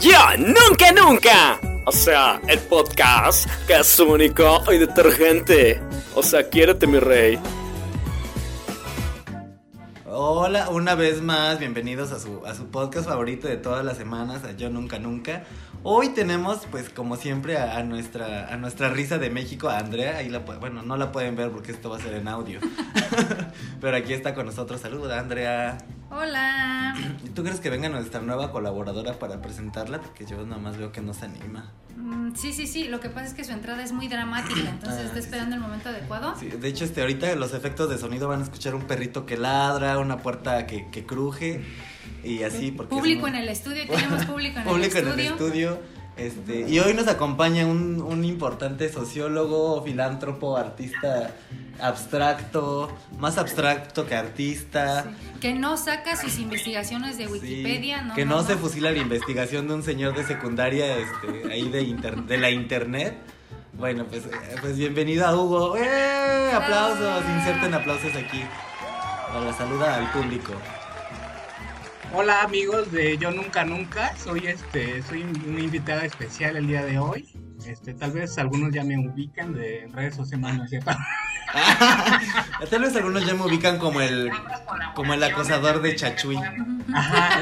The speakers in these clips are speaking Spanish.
Yo Nunca Nunca. O sea, el podcast que es único y detergente. O sea, quiérete, mi rey. Hola, una vez más, bienvenidos a su podcast favorito de todas las semanas, a Yo Nunca Nunca. Hoy tenemos, pues como siempre, a nuestra risa de México, a Andrea. Ahí bueno, no la pueden ver porque esto va a ser en audio. Pero aquí está con nosotros. Saluda, Andrea. Hola. ¿Y tú crees que venga nuestra nueva colaboradora para presentarla? Porque yo nada más veo que no se anima. Sí. Lo que pasa es que su entrada es muy dramática, entonces está esperando el momento adecuado. Sí, de hecho, ahorita los efectos de sonido van a escuchar un perrito que ladra, una puerta que cruje y así. Porque público en el estudio, tenemos público en el estudio. Y hoy nos acompaña un importante sociólogo, filántropo, artista abstracto, más abstracto que artista. Sí, que no saca sus investigaciones de Wikipedia, sí, ¿no? Que no se fusila la investigación de un señor de secundaria, ahí de la internet. Bueno, pues bienvenido a Hugo. ¡Aplausos! Inserten aplausos aquí. Para saludar al público. Hola amigos de Yo Nunca Nunca, soy una invitada especial el día de hoy. Tal vez algunos ya me ubican de redes sociales, ¿no es cierto? Tal vez algunos ya me ubican como el acosador de Chachuy. Ajá.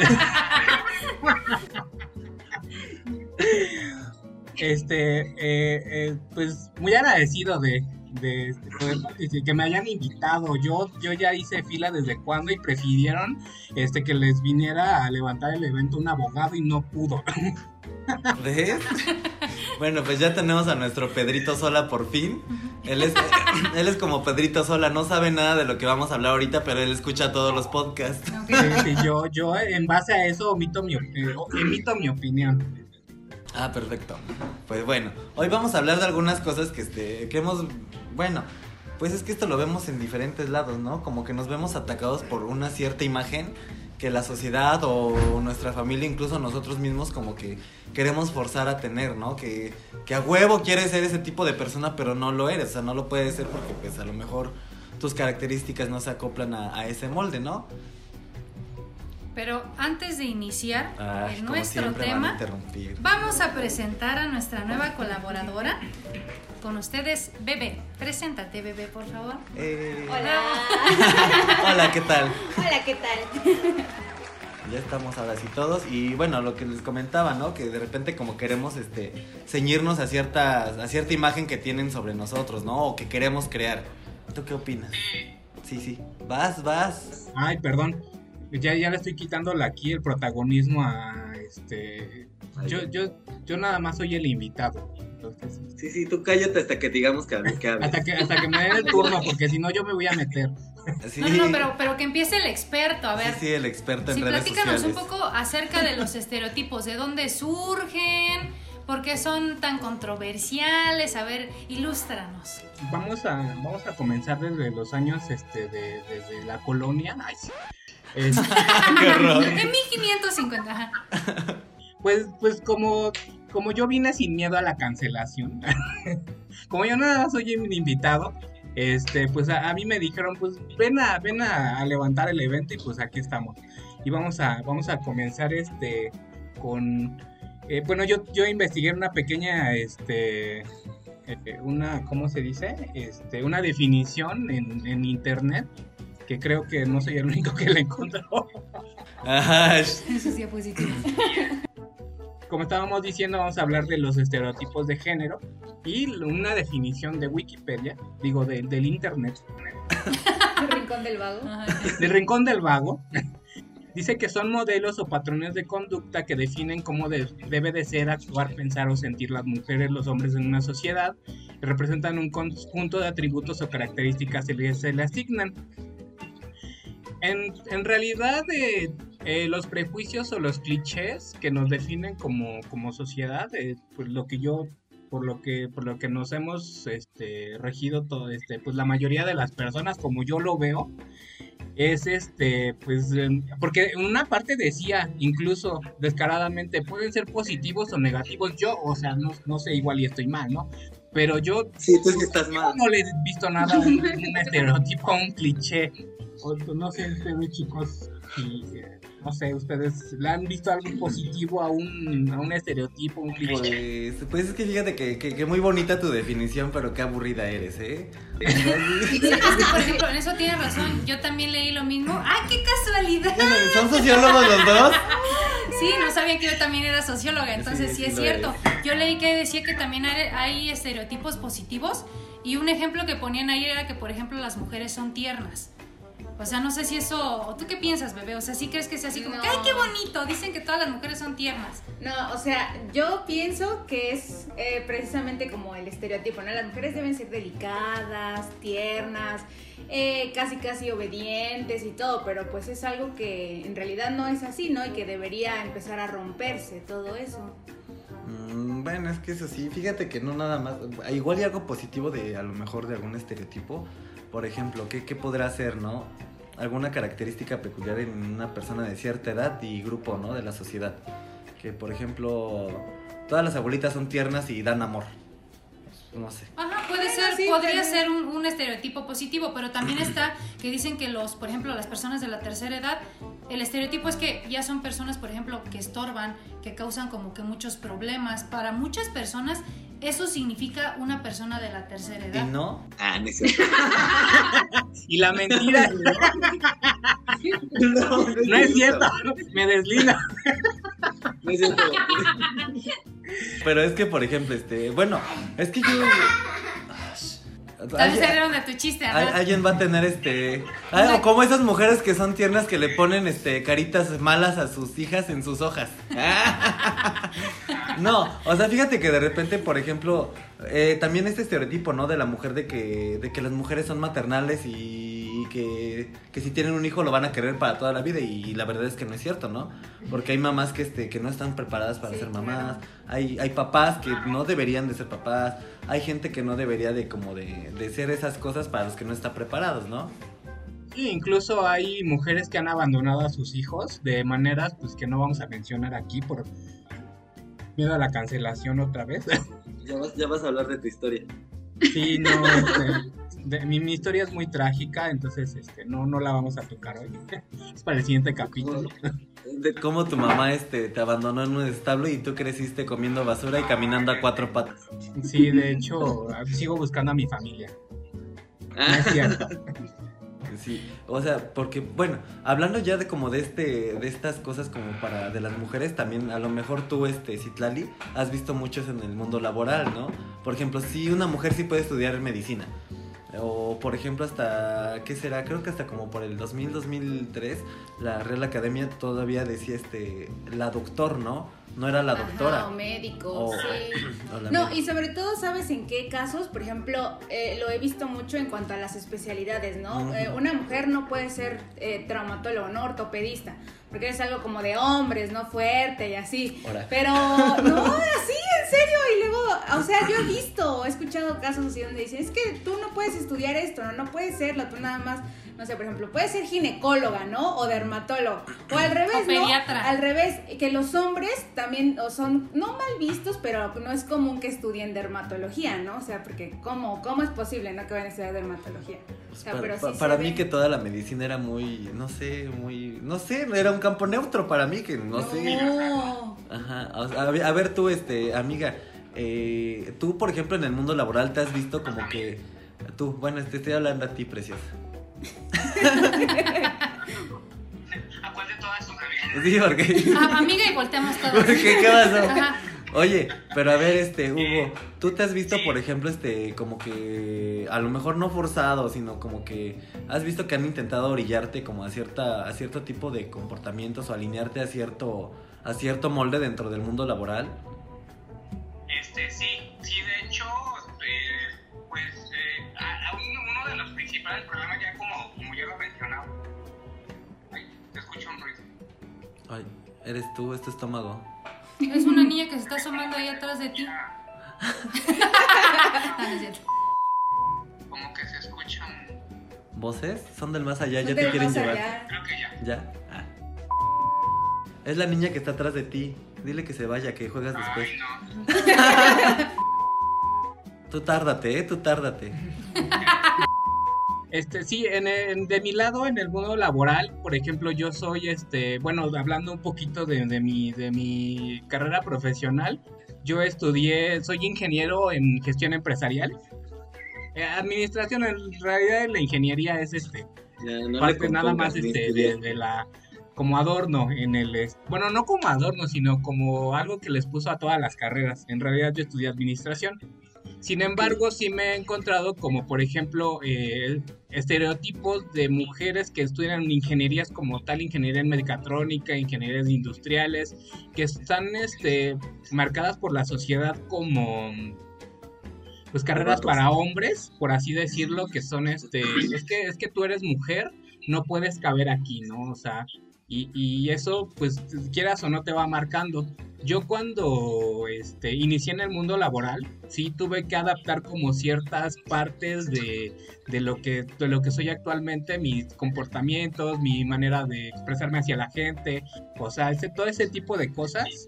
Pues muy agradecido de que me hayan invitado. Yo ya hice fila desde cuando y prefirieron que les viniera a levantar el evento un abogado y no pudo. ¿Ves? Bueno, pues ya tenemos a nuestro Pedrito Sola por fin. Él es como Pedrito Sola, no sabe nada de lo que vamos a hablar ahorita, pero él escucha todos los podcasts. Sí, yo en base a eso emito mi opinión. Ah, perfecto. Pues bueno, hoy vamos a hablar de algunas cosas que hemos... Bueno, pues es que esto lo vemos en diferentes lados, ¿no? Como que nos vemos atacados por una cierta imagen que la sociedad o nuestra familia, incluso nosotros mismos, como que queremos forzar a tener, ¿no? Que a huevo quieres ser ese tipo de persona, pero no lo eres. O sea, no lo puedes ser porque pues a lo mejor tus características no se acoplan a ese molde, ¿no? Pero antes de iniciar nuestro tema, vamos a presentar a nuestra nueva colaboradora. Con ustedes, Bebé. Preséntate, Bebé, por favor. Hola. Hola, ¿qué tal? Hola, ¿qué tal? Ya estamos ahora sí todos. Y bueno, lo que les comentaba, ¿no? Que de repente como queremos ceñirnos a cierta imagen que tienen sobre nosotros, ¿no? O que queremos crear. ¿Tú qué opinas? Sí. Vas. Ay, perdón. Ya le estoy quitando aquí el protagonismo a Yo nada más soy el invitado. Entonces, sí, tú cállate hasta que digamos que hables. hasta que me den el turno, porque si no yo me voy a meter. Sí. No, pero que empiece el experto, a ver. Sí, el experto en redes sociales. Platícanos un poco acerca de los estereotipos, de dónde surgen, por qué son tan controversiales, a ver, ilústranos. Vamos a comenzar desde los años de la colonia. Ay, sí. Qué horror. En 1550, ajá. Pues como yo vine sin miedo a la cancelación, como yo nada más soy un invitado, pues a mí me dijeron, pues ven a levantar el evento y pues aquí estamos. Y vamos a comenzar con bueno, yo investigué una pequeña ¿cómo se dice? Una definición en internet, que creo que no soy el único que la encontró. Ajá. Eso sí es positivo. Como estábamos diciendo, vamos a hablar de los estereotipos de género y una definición de Wikipedia, del internet. ¿El Rincón del Vago? Del Rincón del Vago. Dice que son modelos o patrones de conducta que definen cómo debe de ser, actuar, pensar o sentir las mujeres, los hombres en una sociedad, que representan un conjunto de atributos o características que se le asignan. En realidad, los prejuicios o los clichés que nos definen como sociedad, pues por lo que nos hemos regido todo, pues la mayoría de las personas, como yo lo veo, es pues porque en una parte decía incluso descaradamente pueden ser positivos o negativos. Yo, o sea, no sé, igual y estoy mal, ¿no? Pero yo sí, tú sí estás mal. No le he visto nada un estereotipo, un cliché. O, no sé ustedes, chicos, si No sé, ¿ustedes le han visto algo positivo a un estereotipo, un cliché? Pues es que fíjate que muy bonita tu definición, pero qué aburrida eres, ¿eh? Sí, es que, por ejemplo, en eso tienes razón. Yo también leí lo mismo. ¡Ah, qué casualidad! ¿Son sociólogos los dos? Sí, no sabían que yo también era socióloga, entonces sí es lo cierto. Yo leí que decía que también hay estereotipos positivos y un ejemplo que ponían ahí era que, por ejemplo, las mujeres son tiernas. O sea, no sé si eso... ¿Tú qué piensas, bebé? O sea, ¿sí crees que sea así como que, ¡ay, qué bonito! Dicen que todas las mujeres son tiernas. No, o sea, yo pienso que es precisamente como el estereotipo, ¿no? Las mujeres deben ser delicadas, tiernas, casi obedientes y todo, pero pues es algo que en realidad no es así, ¿no? Y que debería empezar a romperse todo eso. Bueno, es que eso sí, fíjate que no nada más, igual y algo positivo de a lo mejor de algún estereotipo, por ejemplo, ¿qué podrá ser, no? Alguna característica peculiar en una persona de cierta edad y grupo, ¿no? De la sociedad. Que, por ejemplo, todas las abuelitas son tiernas y dan amor. No sé. Ajá, Sí, podría pero... ser un estereotipo positivo, pero también está que dicen que por ejemplo, las personas de la tercera edad, el estereotipo es que ya son personas, por ejemplo, que estorban, que causan como que muchos problemas. Para muchas personas, eso significa una persona de la tercera edad. ¿Y no? No es cierto. Y la mentira, no es cierto, me deslinda. No es cierto. Pero es que, por ejemplo, bueno, es que yo... Tal vez se rieron de tu chiste, ¿verdad? Alguien va a tener o como esas mujeres que son tiernas que le ponen caritas malas a sus hijas en sus hojas. No, o sea, fíjate que de repente, por ejemplo, también este estereotipo, ¿no? De la mujer de que las mujeres son maternales y que si tienen un hijo lo van a querer para toda la vida, y la verdad es que no es cierto, ¿no? Porque hay mamás que no están preparadas para ser mamás, hay papás que no deberían de ser papás, hay gente que no debería de ser esas cosas para los que no están preparados, ¿no? Sí, incluso hay mujeres que han abandonado a sus hijos de maneras pues que no vamos a mencionar aquí por miedo a la cancelación otra vez. Ya vas a hablar de tu historia. Sí, no, mi historia es muy trágica, entonces no la vamos a tocar hoy. Es para el siguiente capítulo. De cómo tu mamá te abandonó en un establo y tú creciste comiendo basura y caminando a 4 patas. Sí, de hecho, sigo buscando a mi familia. No es cierto. Sí, o sea, porque, bueno, hablando ya de estas cosas como de las mujeres, también a lo mejor tú, Citlali, has visto muchos en el mundo laboral, ¿no? Por ejemplo, sí, una mujer sí puede estudiar medicina. O, por ejemplo, hasta, ¿qué será? Creo que hasta como por el 2003, la Real Academia todavía decía, la doctor, ¿no? No era la doctora. Ajá, o médico, sí. No, y sobre todo, ¿sabes en qué casos? Por ejemplo, lo he visto mucho en cuanto a las especialidades, ¿no? Uh-huh. Una mujer no puede ser traumatólogo, ¿no? Ortopedista, porque es algo como de hombres, ¿no? Fuerte y así. Ahora. Pero, no, así, en serio. Y luego, o sea, yo he escuchado casos así donde dicen, es que tú no puedes estudiar esto, no puedes serlo, tú nada más... No sé, por ejemplo, puede ser ginecóloga, ¿no? O dermatólogo. O al revés, o pediatra. ¿no? Al revés, que los hombres también son no mal vistos, pero no es común que estudien dermatología, ¿no? O sea, porque ¿cómo es posible, no, que vayan a estudiar dermatología? O sea, pero sí para mí que toda la medicina era muy, no sé, era un campo neutro para mí, que no sé. Ajá, o sea, a ver tú, amiga, tú, por ejemplo, en el mundo laboral te has visto como que, tú, bueno, te estoy hablando a ti, preciosa. ¿A cuál de todas tus amigas? Sí, porque... Amiga, y volteamos todos. ¿Qué pasó? Ajá. Oye, pero a ver, Hugo, ¿tú te has visto, por ejemplo, como que, a lo mejor no forzado, sino como que has visto que han intentado orillarte como a cierto tipo de comportamientos o alinearte a cierto molde dentro del mundo laboral? Sí, de hecho, pues, uno de los principales problemas, ya como ya lo mencionaba. Ay, te escucho un ruido. Ay, eres tú, es tu estómago. Es una niña que se está asomando ahí atrás de ti. No, no es cierto. Como que se escuchan. ¿Voces? Son del más allá, Son ya te del quieren más llevar. allá. Creo que ya. ¿Ya? Ah. Es la niña que está atrás de ti. Dile que se vaya, que juegas después. Ay, no. Tú tárdate, tú tárdate. Sí, de mi lado, en el mundo laboral, por ejemplo, yo soy, bueno, hablando un poquito de mi carrera profesional, yo soy ingeniero en gestión empresarial. Administración, en realidad la ingeniería es Ya, no le parte nada más compongas, de la, como adorno bueno, no como adorno, sino como algo que les puso a todas las carreras. En realidad yo estudié administración. Sin embargo, sí me he encontrado como, por ejemplo, estereotipos de mujeres que estudian ingenierías como tal, ingeniería en mecatrónica, ingenierías industriales, que están marcadas por la sociedad como pues carreras para hombres, por así decirlo, que son es que tú eres mujer, no puedes caber aquí, ¿no? O sea, y eso, pues, quieras o no, te va marcando. Yo cuando inicié en el mundo laboral, sí tuve que adaptar como ciertas partes de lo que soy actualmente, mis comportamientos, mi manera de expresarme hacia la gente, o sea, todo ese tipo de cosas.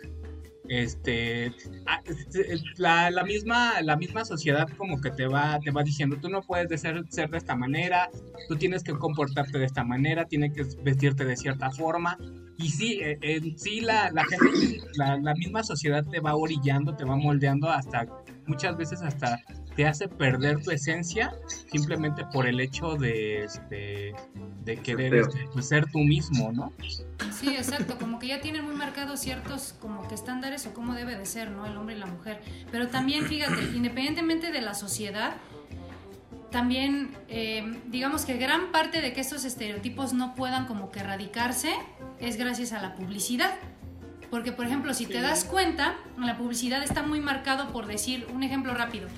La misma sociedad como que te va diciendo, tú no puedes ser de esta manera, tú tienes que comportarte de esta manera, tienes que vestirte de cierta forma. Y sí, sí la gente, la misma sociedad te va orillando, te va moldeando, hasta muchas veces hasta te hace perder tu esencia simplemente por el hecho de querer pues, ser tú mismo, ¿no? Sí, exacto, como que ya tienen muy marcados ciertos como que estándares o cómo debe de ser, ¿no? El hombre y la mujer. Pero también, fíjate, independientemente de la sociedad, también digamos que gran parte de que estos estereotipos no puedan como que erradicarse es gracias a la publicidad. Porque, por ejemplo, si te das cuenta, la publicidad está muy marcado por decir, un ejemplo rápido,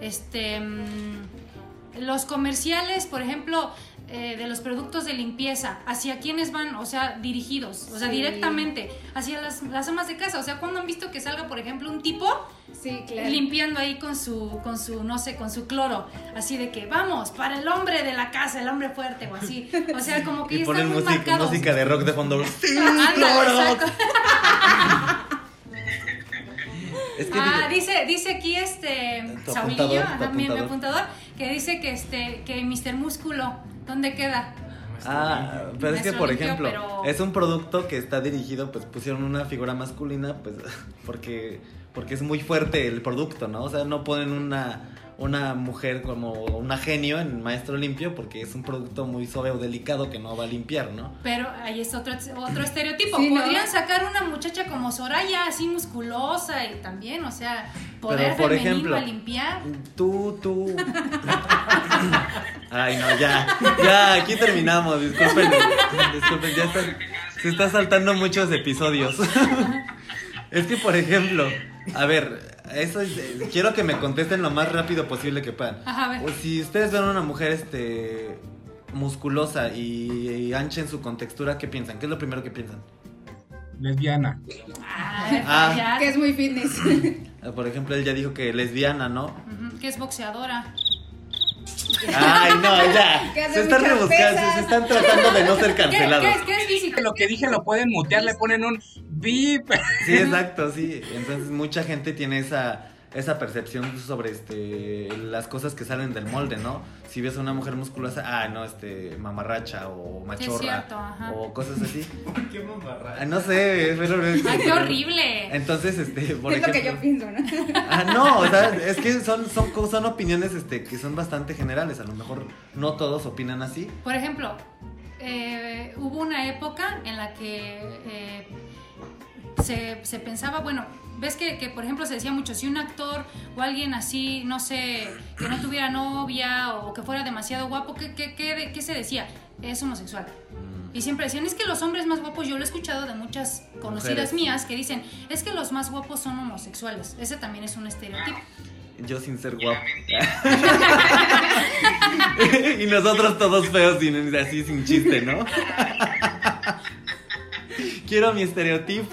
los comerciales, por ejemplo, de los productos de limpieza, ¿hacia quiénes van? O sea, dirigidos, o sea, directamente hacia las amas de casa. O sea, ¿cuándo han visto que salga, por ejemplo, un tipo limpiando ahí con su, no sé, con su cloro? Así de que, vamos, para el hombre de la casa, el hombre fuerte o así. O sea, como que y ya están muy marcados. música de rock de fondo. ¡Sí, claro! Es que dice aquí Saulillo, mi apuntador, que dice que Mr. Músculo, ¿dónde queda? Pero es que, por ejemplo, pero... es un producto que está dirigido, pues pusieron una figura masculina, pues porque es muy fuerte el producto, ¿no? O sea, no ponen una mujer como una genio en Maestro Limpio porque es un producto muy suave o delicado que no va a limpiar, ¿no? Pero ahí es otro estereotipo. Sí, ¿no? Podrían sacar una muchacha como Soraya, así musculosa y también, o sea, poder pero, por femenino ejemplo, a limpiar. Tú. Ay, no, ya, aquí terminamos, disculpen, se está saltando muchos episodios. Es que, por ejemplo, a ver, quiero que me contesten lo más rápido posible que puedan. Ajá, a ver. O si ustedes ven a una mujer musculosa y ancha en su contextura, ¿qué piensan? ¿Qué es lo primero que piensan? Lesbiana. Ya. Que es muy fitness. Por ejemplo, él ya dijo que lesbiana, ¿no? Ujú, que es boxeadora. Ay, no, ya. Que hace Se están muchas rebuscando, pesas. se están tratando de no ser cancelados. ¿Qué es físico? Lo que dije lo pueden mutear, le ponen un bip. Sí, exacto, sí. Entonces mucha gente tiene esa percepción sobre las cosas que salen del molde, ¿no? Si ves a una mujer musculosa, no, mamarracha o machorra, es cierto, ajá. o cosas así. ¿Por qué mamarracha? No sé, pero ¡Ay, qué horrible! Entonces, por Es ejemplo, lo que yo pienso, ¿no? no, o sea, es que son opiniones que son bastante generales. A lo mejor no todos opinan así. Por ejemplo, hubo una época en la que se pensaba, bueno, ves que por ejemplo se decía mucho, si un actor o alguien así, no sé, que no tuviera novia o que fuera demasiado guapo, ¿qué se decía? Es homosexual. Y siempre decían, es que los hombres más guapos, yo lo he escuchado de muchas conocidas Mujeres. mías que dicen, es que los más guapos son homosexuales. Ese también es un estereotipo. Yo sin ser guapo. Y nosotros todos feos, así sin chiste, ¿no? Quiero mi estereotipo.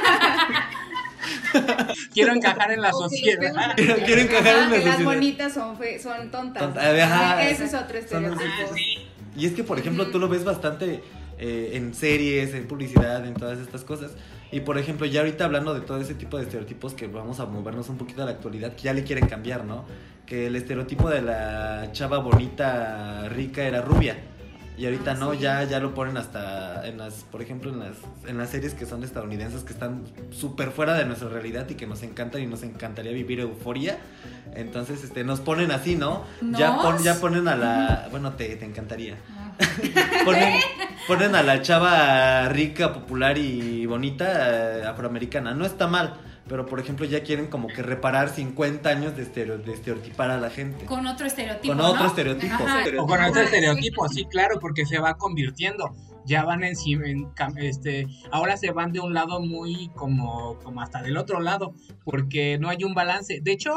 Quiero encajar en la sociedad. Quiero encajar en la que las sociedad. bonitas son tontas. Ajá. Ese es otro Son estereotipo. Y es que, por ejemplo, tú lo ves bastante en series, en publicidad, en todas estas cosas. Y por ejemplo, ya ahorita hablando de todo ese tipo de estereotipos, que vamos a movernos un poquito a la actualidad, que ya le quieren cambiar, ¿no? Que el estereotipo de la chava bonita, rica, era rubia. Y ahorita no, ya lo ponen hasta en las, por ejemplo, en las series que son estadounidenses, que están súper fuera de nuestra realidad y que nos encantan y nos encantaría vivir euforia. Entonces, nos ponen así, ¿no? Ya ponen a la, bueno, te encantaría. Ponen a la chava rica, popular y bonita, afroamericana. No está mal. Pero, por ejemplo, ya quieren como que reparar 50 años de estereotipar a la gente. Con otro estereotipo, Con otro estereotipo. Ajá. O con otro estereotipo, sí, claro, porque se va convirtiendo. Ya van ahora se van de un lado muy como hasta del otro lado, porque no hay un balance. De hecho,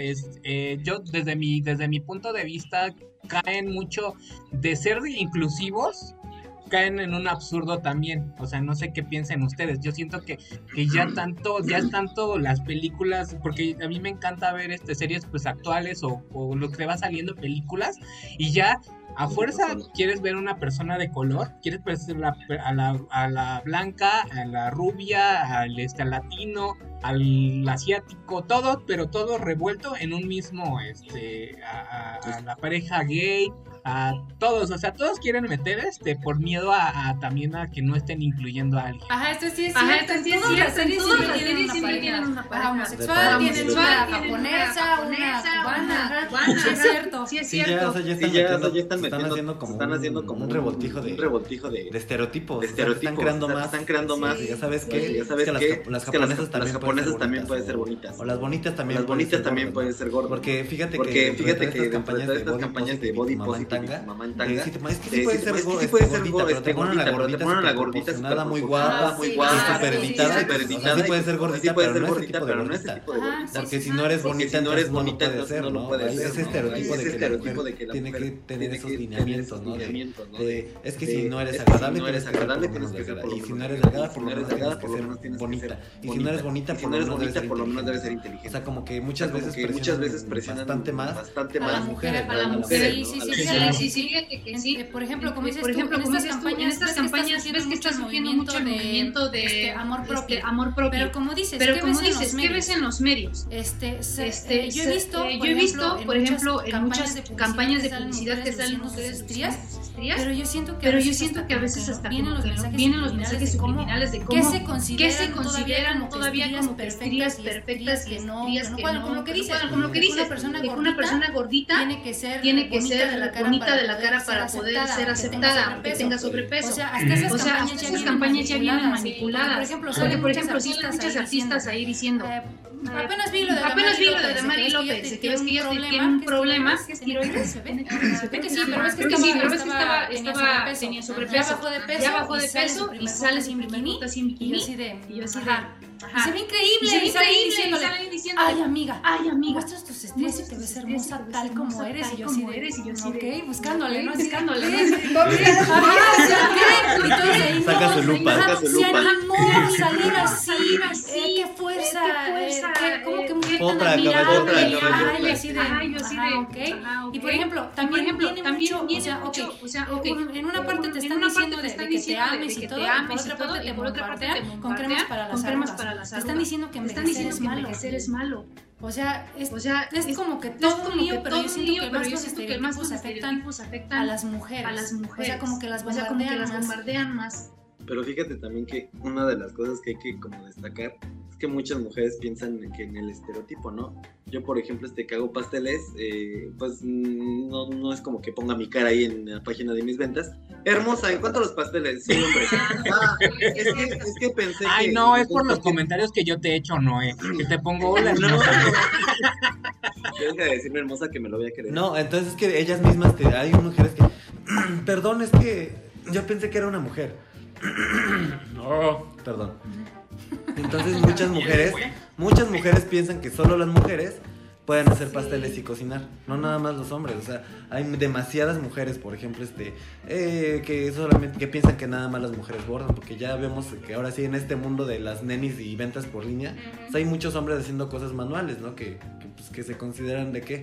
yo desde mi punto de vista caen mucho de ser inclusivos. Caen en un absurdo también, o sea, no sé qué piensen ustedes. Yo siento que ya es tanto las películas, porque a mí me encanta ver series pues actuales o lo que va saliendo películas, y ya a fuerza quieres ver una persona de color, quieres ver a la blanca, a la rubia, al latino, al asiático, todo, pero todo revuelto en un mismo, a la pareja gay, a todos, o sea, todos quieren meter por miedo también a que no estén incluyendo a alguien. Ajá, esto sí es cierto. En todas las series siempre tienen una pareja homosexual, tienen una japonesa, una cubana. Sí es cierto. Sí, ya están haciendo como un revoltijo de estereotipos. Están creando más. Ya sabes que las japonesas también pueden ser bonitas. O las bonitas también pueden ser gordas. Porque fíjate que dentro de estas campañas de body positive, mamá en tanga, es que sí puede ser gordita, pero te ponen a la gordita nada muy guapa, y súper editada. Sí puede ser gordita, pero no ese tipo de gordita. Porque si no eres bonita, entonces no lo puede ser. Ese estereotipo de que la tiene que tener esos lineamientos, ¿no? Es que si no eres agradable, tienes que ser, y si no eres delgada, por lo menos tienes que ser bonita. Y si no eres bonita, por lo menos debes ser inteligente. O sea, como que muchas veces presionan bastante más a las mujeres. Sí. Por ejemplo, como dices tú, en estas campañas ves que está surgiendo mucho el movimiento de amor propio. Pero como dices, ¿qué ves en los medios? Yo he visto, por ejemplo, en muchas campañas de publicidad que salen mujeres estrías, pero yo siento que a veces hasta vienen los mensajes subliminales de cómo qué se consideran todavía como estrías perfectas, que no, como lo que dices, que una persona gordita tiene que ser bonita de la cara para poder ser aceptada, aunque tenga sobrepeso. O sea, hasta esas campañas ya vienen manipuladas. Por ejemplo, sí hay muchas artistas ahí diciendo, apenas vi lo de Damari López, de que ves que ella tiene un problema, que es tiroides, se ve que sí, pero es que tenía sobrepeso, ya bajó de peso y sale sin bikini, y yo así de y se ve increíble, y salen diciendo, ay amiga, muestras tus estrellas y te ves hermosa tal como eres, y yo así de, ok, buscándole, ¿no? Saca su lupa. Se animó a salir así, qué fuerza, como que muy admirable, ay, así de, ok. Y por ejemplo, también viene mucho, o sea, en una parte te están diciendo de que te ames y todo, y por otra parte te bombardean con cremas para las arrugas. Te están diciendo que envejecer es malo. O sea, es como que todo lío, pero yo siento que más los estereotipos afectan a las mujeres. O sea, como que las bombardean más. Pero fíjate también que una de las cosas que hay que como destacar es que muchas mujeres piensan que en el estereotipo, ¿no? Yo, por ejemplo, que hago pasteles, pues no es como que ponga mi cara ahí en la página de mis ventas. Hermosa, ¿en cuánto los pasteles? Sí, hombre. Es que pensé que... Ay, no, es por los comentarios que yo te he hecho, Noé. Que te pongo hola, hermosa. Deja de decirme hermosa que me lo voy a querer. No, entonces es que ellas mismas hay mujeres que... Perdón, es que yo pensé que era una mujer. No, perdón. Entonces muchas mujeres piensan que solo las mujeres pueden hacer pasteles y cocinar, no nada más los hombres. O sea, hay demasiadas mujeres, por ejemplo, que solamente que piensan que nada más las mujeres bordan, porque ya vemos que ahora sí en este mundo de las nenis y ventas por línea, pues hay muchos hombres haciendo cosas manuales, ¿no? Que se consideran de qué,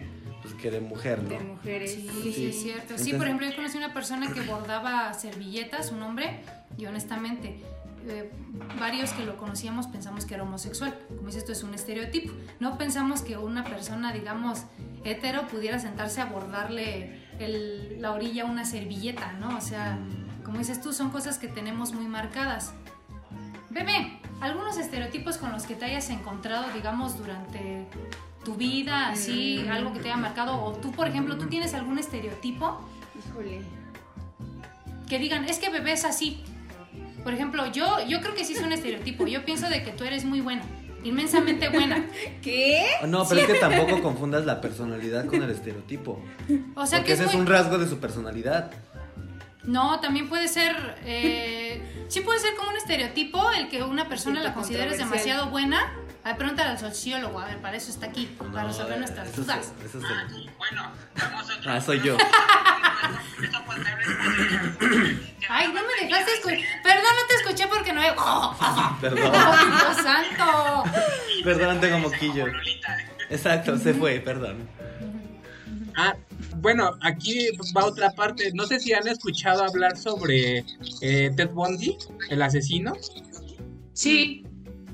pues que de mujer, ¿no? De mujeres. Sí, es cierto. Sí, Entonces- por ejemplo, yo conocí una persona que bordaba servilletas, un hombre, y honestamente, varios que lo conocíamos pensamos que era homosexual. Como dices, esto es un estereotipo. No pensamos que una persona, digamos, hetero pudiera sentarse a bordarle la orilla a una servilleta, ¿no? O sea, como dices tú, son cosas que tenemos muy marcadas. Bebé, algunos estereotipos con los que te hayas encontrado, digamos, durante tu vida, así, algo que te haya marcado, o tú, por ejemplo, ¿tú tienes algún estereotipo Híjole. que digan, es que Bebé es así? Por ejemplo, yo creo que sí es un estereotipo. Yo pienso de que tú eres muy buena, inmensamente buena. ¿Qué? No, pero es que tampoco confundas la personalidad con el estereotipo. O sea, Porque que ese es es muy... un rasgo de su personalidad. No, también puede ser... sí puede ser como un estereotipo el que una persona Sí, la consideres controversial. demasiado buena. A ver, pregúntale al sociólogo. A ver, para eso está aquí, para resolver nuestras eso dudas. Eso es Bueno, vamos a otro. soy yo. Esto puede ser Ay, no me dejaste escuchar. Perdón, no te escuché porque no... Perdón. ¡Oh, Dios santo! Perdón, tengo moquillo. Exacto, se fue, perdón. Ah, bueno, aquí va otra parte. No sé si han escuchado hablar sobre Ted Bundy, el asesino. Sí.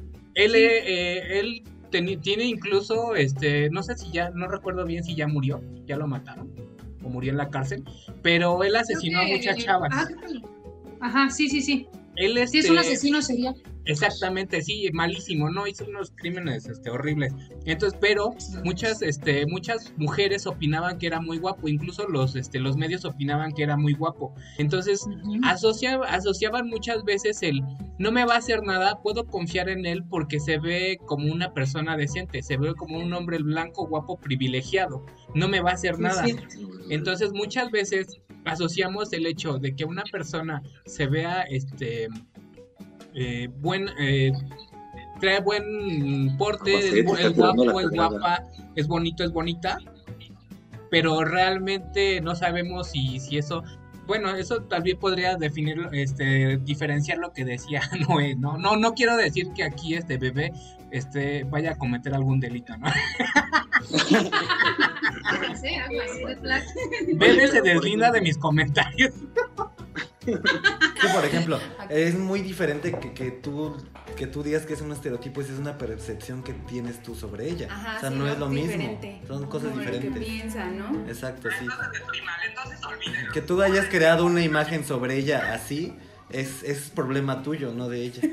Él tiene incluso, no sé si ya, no recuerdo bien si ya murió, ya lo mataron o murió en la cárcel, pero él asesinó a muchas chavas. Ajá, sí. Él Sí, es un asesino serial. Exactamente, sí, malísimo, ¿no? Hizo unos crímenes horribles. Entonces, pero muchas mujeres opinaban que era muy guapo, incluso los medios opinaban que era muy guapo. Entonces, asociaban muchas veces el no me va a hacer nada, puedo confiar en él porque se ve como una persona decente, se ve como un hombre blanco, guapo, privilegiado. No me va a hacer nada. Sí. Entonces, muchas veces asociamos el hecho de que una persona se vea trae buen porte, es guapo, es guapa, es bonito, es bonita, pero realmente no sabemos si eso, bueno, eso también podría definir, diferenciar lo que decía Noé, no quiero decir que aquí Bebé vaya a cometer algún delito, ¿no? Bebé se deslinda de mis comentarios. Sí, por ejemplo, es muy diferente que tú digas que es un estereotipo y es una percepción que tienes tú sobre ella. Ajá, o sea, sí, no es lo diferente. mismo. Son cosas Como diferentes. Lo que piensa, ¿no? Exacto, sí. Entonces estoy mal, entonces olvídenlo. Que tú hayas creado una imagen sobre ella así es problema tuyo, no de ella.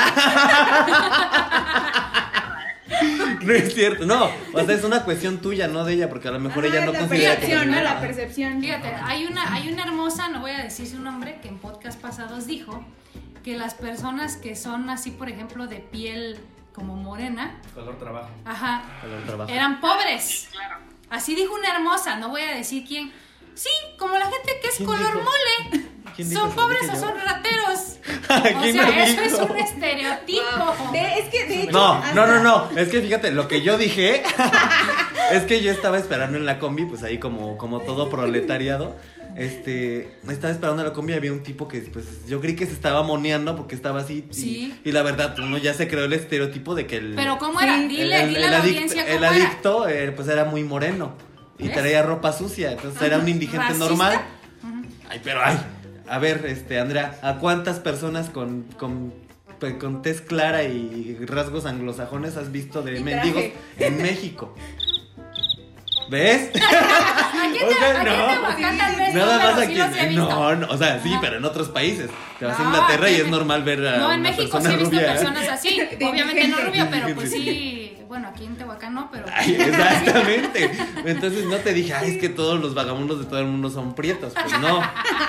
No es cierto, no, o sea, es una cuestión tuya, no de ella, porque a lo mejor ella no la considera que percepción, es ¿no? La una- percepción. Fíjate, hay una hermosa, no voy a decir su nombre, que en podcast pasados dijo que las personas que son así, por ejemplo, de piel como morena, Color trabajo. ajá, Color trabajo. eran pobres. Así dijo una hermosa, no voy a decir quién. Sí, como la gente que es ¿Quién color dijo? mole. ¿Quién dijo ¿Son eso? pobres ¿Dije o yo? son rateros? O ¿Quién sea, lo eso es dijo? un estereotipo. Es que de hecho. No, hasta- no, es que fíjate, lo que yo dije es que yo estaba esperando en la combi, pues ahí como todo proletariado. Estaba esperando en la combi y había un tipo que pues yo creí que se estaba moneando porque estaba así Sí. y la verdad uno ya se creó el estereotipo de que el Pero ¿cómo era? Sí. Dile a la audiencia el cómo era. adicto pues era muy moreno y ¿Ves? traía ropa sucia, entonces era un indigente ¿Racista? normal. Ujú. Ay, pero ay, a ver, Andrea, ¿a cuántas personas con tez clara y rasgos anglosajones has visto de Y mendigos traje. en México? ¿Ves? Aquí en O sea, Tehuacán tal vez Nada no, más pero sí los he aquí. visto. No, o sea, sí, Ajá. pero en otros países. Te vas a No, Inglaterra y aquí es en- normal ver a No, en una México sí persona he visto rubia. personas así. De Obviamente no rubia, pero Sí, pues sí. sí. Bueno, aquí en Tehuacán no, pero. Ay, exactamente. Entonces no te dije, ay, es que todos los vagabundos de todo el mundo son prietos. Pues no.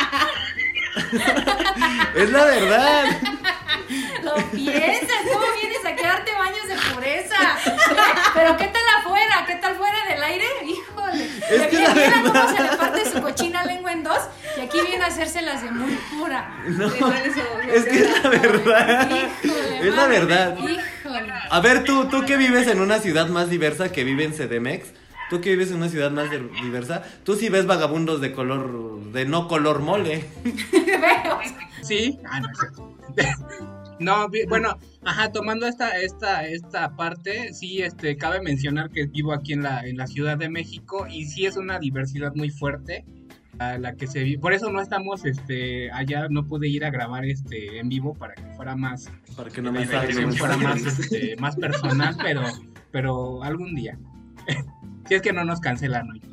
Es la verdad. Lo piensas, ¿cómo vienes a quedarte baños de pureza? Pero ¿qué tal afuera? ¿Qué tal fuera del aire? Híjole. Es que la Mira verdad- cómo se le parte su cochina lengua en dos y aquí viene a hacérselas de muy pura. No, Le duele su- es que es la verdad. Híjole, Es la madre. verdad. Híjole. A ver, tú que vives en una ciudad más diversa que vive en CDMX, tú que vives en una ciudad más diversa, tú sí ves vagabundos de no color mole. Veo. Sí, no es cierto. No, bueno, Ajá, tomando esta parte, sí, cabe mencionar que vivo aquí en la Ciudad de México y sí es una diversidad muy fuerte a la que se vive. Por eso no estamos, allá no pude ir a grabar en vivo para que fuera más, Para que no me para que salga. fuera más, más personal, pero algún día. Si es que no nos cancelan hoy.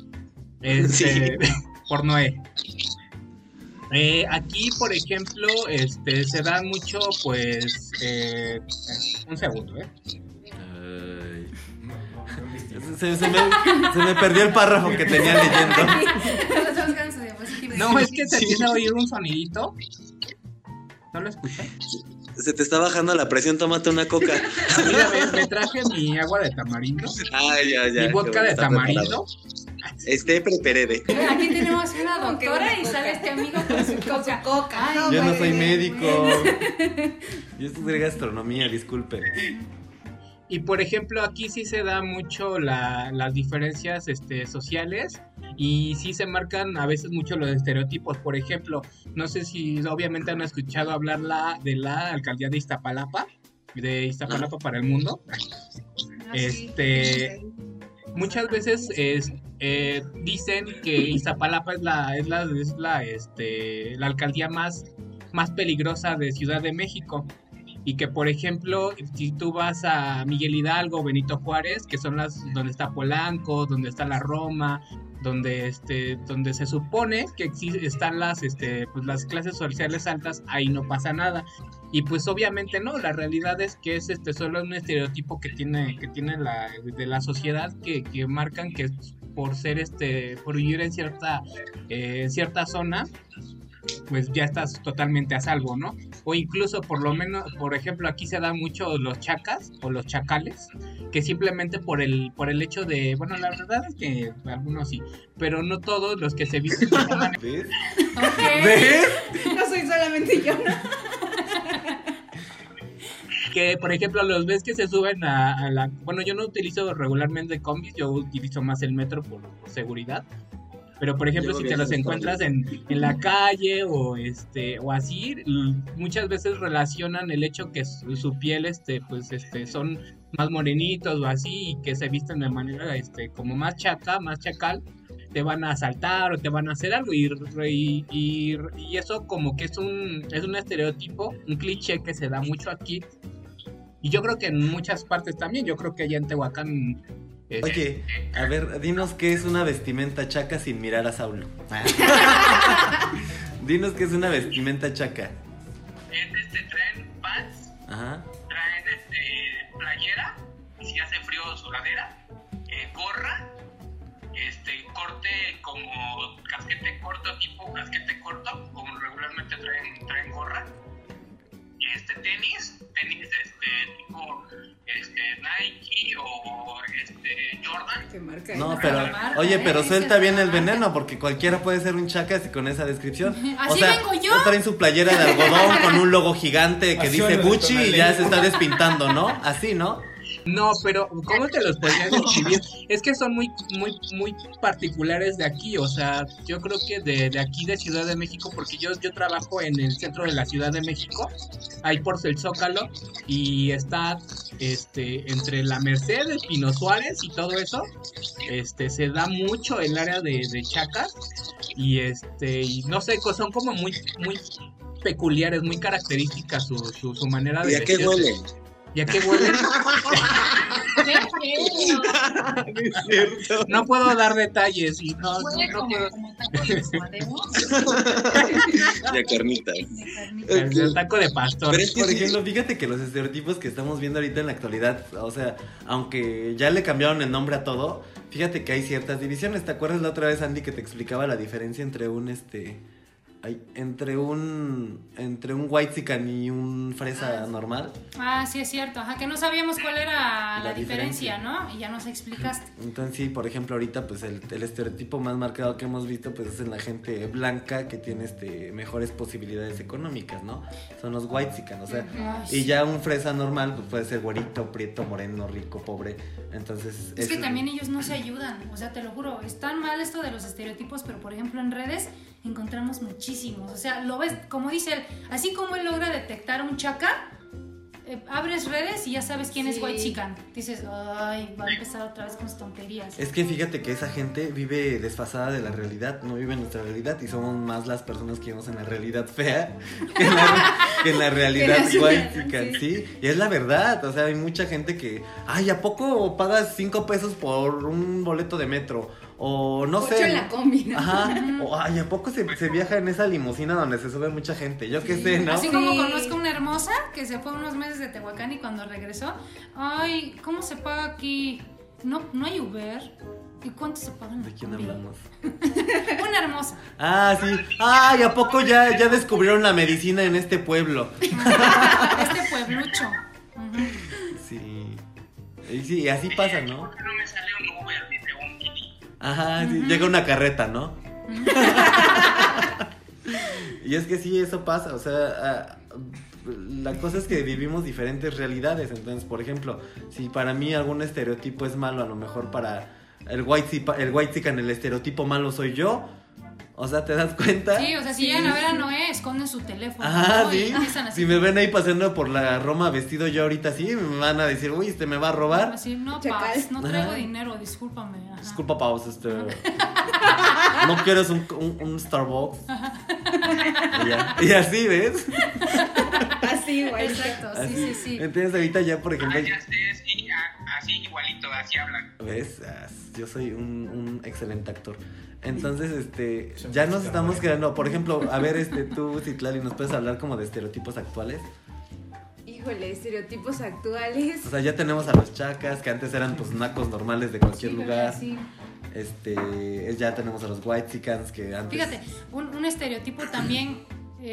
Por Noé. Aquí, por ejemplo, se da mucho, pues, un segundo, Ay. Se me perdió el párrafo que tenía leyendo. Nos estamos quedando en su diapositiva. No, es que se empieza a oír un sonidito. ¿No lo escuchas? Se te está bajando la presión, tómate una coca. Mira, me traje mi agua de tamarindo, Ya. mi vodka de Está tamarindo. Preparede. Aquí tenemos una Como que doctora una y coca. sale este amigo con su coca. Ay, Yo no güey. soy médico. Yo estudié gastronomía, disculpe. Y por ejemplo, aquí sí se da mucho las diferencias sociales y sí se marcan a veces mucho los estereotipos. Por ejemplo, no sé si obviamente han escuchado hablar de la alcaldía de Iztapalapa para el mundo. Muchas veces dicen que Iztapalapa es la alcaldía más peligrosa de Ciudad de México. Y que, por ejemplo, si tú vas a Miguel Hidalgo, Benito Juárez, que son donde está Polanco, donde está la Roma, donde se supone que están las clases sociales altas, ahí no pasa nada. Y pues obviamente no, la realidad es que es solo un estereotipo que tiene de la sociedad que marcan que por ser por vivir en cierta zona, pues ya estás totalmente a salvo, ¿no? O incluso, por lo menos, por ejemplo, aquí se da mucho los chacas o los chacales, que simplemente por el hecho de, bueno, la verdad es que algunos sí, pero no todos los que se visten de esa manera. ¿Ves? Ok. ¿Ves? No soy solamente yo, ¿no? Que, por ejemplo, los ves que se suben a la... Bueno, yo no utilizo regularmente combis, yo utilizo más el metro por seguridad. Pero, por ejemplo, si te los encuentras en la calle o así, muchas veces relacionan el hecho que su piel, son más morenitos o así, y que se visten de manera, como más chacal, te van a asaltar o te van a hacer algo. Y eso como que es un estereotipo, un cliché que se da mucho aquí. Y yo creo que en muchas partes también, yo creo que allá en Tehuacán... Oye, a ver, dinos qué es una vestimenta chaca sin mirar a Saulo. Dinos qué es una vestimenta chaca. Traen pants, Ajá. traen playera, y si hace frío sudadera, gorra, corte como casquete corto, tipo casquete corto, como regularmente traen gorra, tenis tipo Nike o Jordan. ¿Qué marca? No, es? pero, marca, oye, pero dice suelta bien la el marca. veneno, porque cualquiera puede ser un chaca con esa descripción. Así vengo yo. Traen su playera de algodón con un logo gigante que Así dice van a Gucci y detonar ya ley. se está despintando, ¿no? Así, ¿no? No, pero ¿cómo te los podría describir? Es que son muy particulares de aquí, o sea, yo creo que de aquí de Ciudad de México, porque yo trabajo en el centro de la Ciudad de México, ahí por el Zócalo, y está entre la Merced, Pino Suárez y todo eso, se da mucho el área de chacas, y no sé, son como muy peculiares, muy características su manera de ¿Y a qué vestirse. huele? ¿Y a qué huelen? Qué feo. Es cierto. No puedo dar detalles y no Huele como puedo. taco de suadero. Y a carnitas. El taco de pastor. Pero es que Por sí, ejemplo, fíjate que los estereotipos que estamos viendo ahorita en la actualidad, o sea, aunque ya le cambiaron el nombre a todo, fíjate que hay ciertas divisiones. ¿Te acuerdas la otra vez, Andy, que te explicaba la diferencia entre entre un whitezican y un fresa normal? Ah, sí, es cierto. Ajá, que no sabíamos cuál era La la diferencia, ¿no? Y ya nos explicaste. Entonces sí, por ejemplo, ahorita pues el estereotipo más marcado que hemos visto pues es en la gente blanca que tiene mejores posibilidades económicas, ¿no? Son los whitezican, o sea, Ay, y ya un fresa normal pues puede ser güerito, prieto, moreno, rico, pobre. Entonces Es que eso- también ellos no se ayudan, o sea, te lo juro, es tan mal esto de los estereotipos, pero por ejemplo en redes encontramos muchísimos, o sea, lo ves, como dice él, así como él logra detectar un chaca, abres redes y ya sabes quién es Sí. White Chican. Dices, ay, va a empezar otra vez con sus tonterías. Es que fíjate que esa gente vive desfasada de la realidad, no vive en nuestra realidad y somos más las personas que vivimos en la realidad fea que en la realidad Que la white suya, chican, sí. sí. Y es la verdad, o sea, hay mucha gente que, ay, ¿a poco pagas 5 pesos por un boleto de metro? O no 8 sé. en la combi, ¿no? Ajá. O, ay, ¿a poco se viaja en esa limusina donde se sube mucha gente? Yo qué sé, ¿no? Así Sí. como conozco una hermosa que se fue unos meses de Tehuacán y cuando regresó, ay, ¿cómo se paga aquí? No hay Uber. ¿Y cuánto se paga en la ¿De quién combi? hablamos? Una hermosa. Ah, sí. Ay, ¿a poco ya descubrieron la medicina en este pueblo? Este pueblucho. Ujú. Sí. Y sí, así pasa, ¿no? ¿Por qué no me sale un Uber? Dice un Kili. Ajá, sí, llega una carreta, ¿no? Y es que sí, eso pasa, o sea, la cosa es que vivimos diferentes realidades, entonces, por ejemplo, si para mí algún estereotipo es malo, a lo mejor para el white chican, el estereotipo malo soy yo, o sea, ¿te das cuenta? Sí, o sea, si llegan a ver a Noé, esconden su teléfono. Ajá, ¿no? Y sí. empiezan así. Si me ven ahí pasando por la Roma vestido yo ahorita sí, me van a decir, uy, me va a robar. Así, no, Chacal. Paz, no traigo Ajá. dinero, discúlpame. Ajá. Disculpa, Paus, ¿no quieres un Starbucks? Y así, ¿ves? Así, güey. Exacto, sí, Así. sí, sí. Entonces ahorita ya, por ejemplo, Ya sé, sí, así igualito, así hablan. ¿ves? Yo soy un excelente actor. Entonces, ya nos estamos quedando, por ejemplo, a ver, tú, Citlali, ¿nos puedes hablar como de estereotipos actuales? Híjole, estereotipos actuales. O sea, ya tenemos a los chacas, que antes eran pues nacos normales de cualquier Sí, lugar. sí. Ya tenemos a los white chicans que antes... Fíjate, un estereotipo también,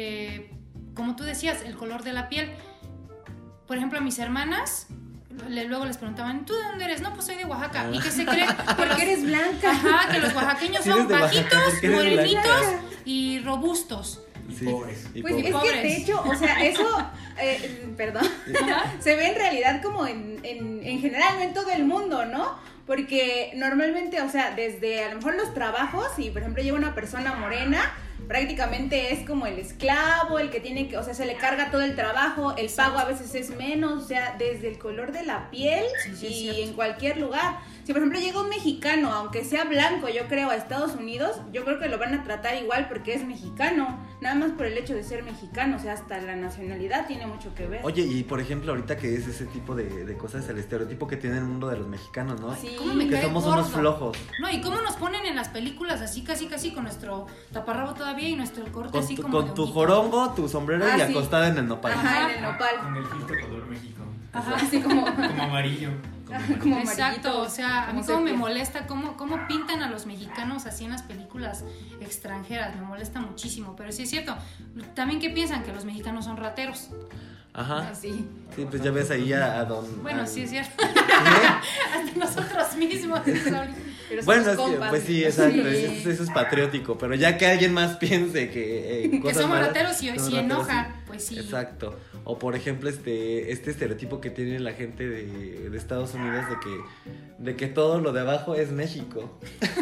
como tú decías, el color de la piel. Por ejemplo, a mis hermanas, luego les preguntaban, ¿tú de dónde eres? No, pues soy de Oaxaca. ¿Y qué se cree? Porque eres blanca. Ajá, que los oaxaqueños Sí, son eres de Oaxaca, bajitos, porque eres morenitos blanca. y robustos. Sí, y Pues pobres. es que pobres. de hecho, o sea, eso, perdón, se ve en realidad como en general, no en todo el mundo, ¿no? Porque normalmente, o sea, desde a lo mejor los trabajos, si por ejemplo llega una persona morena, prácticamente es como el esclavo, el que tiene que, o sea, se le carga todo el trabajo, el pago a veces es menos, o sea, desde el color de la piel Sí, sí, es y cierto. en cualquier lugar. Si por ejemplo llega un mexicano, aunque sea blanco, yo creo, a Estados Unidos, yo creo que lo van a tratar igual porque es mexicano, nada más por el hecho de ser mexicano, o sea, hasta la nacionalidad tiene mucho que ver. Oye, y por ejemplo, ahorita que es ese tipo de cosas, el estereotipo que tiene el mundo de los mexicanos, ¿no? Sí. ¿Cómo me Que cae somos gordo? unos flojos. No, y cómo nos ponen en las películas así, casi con nuestro taparrabo todavía y nuestro corte Con así tu, como con de tu honguito. jorongo, tu sombrero y Ah, sí. acostada en el nopal. Ajá, en el nopal. Con el filtro color México. Ajá. Así como, Como amarillo. como Exacto, amarillito, o sea, a mí como como me sepia. molesta cómo pintan a los mexicanos así en las películas extranjeras, me molesta muchísimo, pero sí es cierto. También que piensan que los mexicanos son rateros. Ajá. Así. Sí, pues ya ves ahí a don... Bueno, al- sí es cierto. ¿Eh? Hasta nosotros mismos. dices ahorita. Pero Bueno, somos es que, compas. pues sí, exacto, Sí. eso es patriótico, pero ya que alguien más piense que Que cosas somos malas, rateros y somos si rateros, enoja, sí. pues sí. Exacto. O por ejemplo, este estereotipo que tiene la gente de Estados Unidos de que todo lo de abajo es México.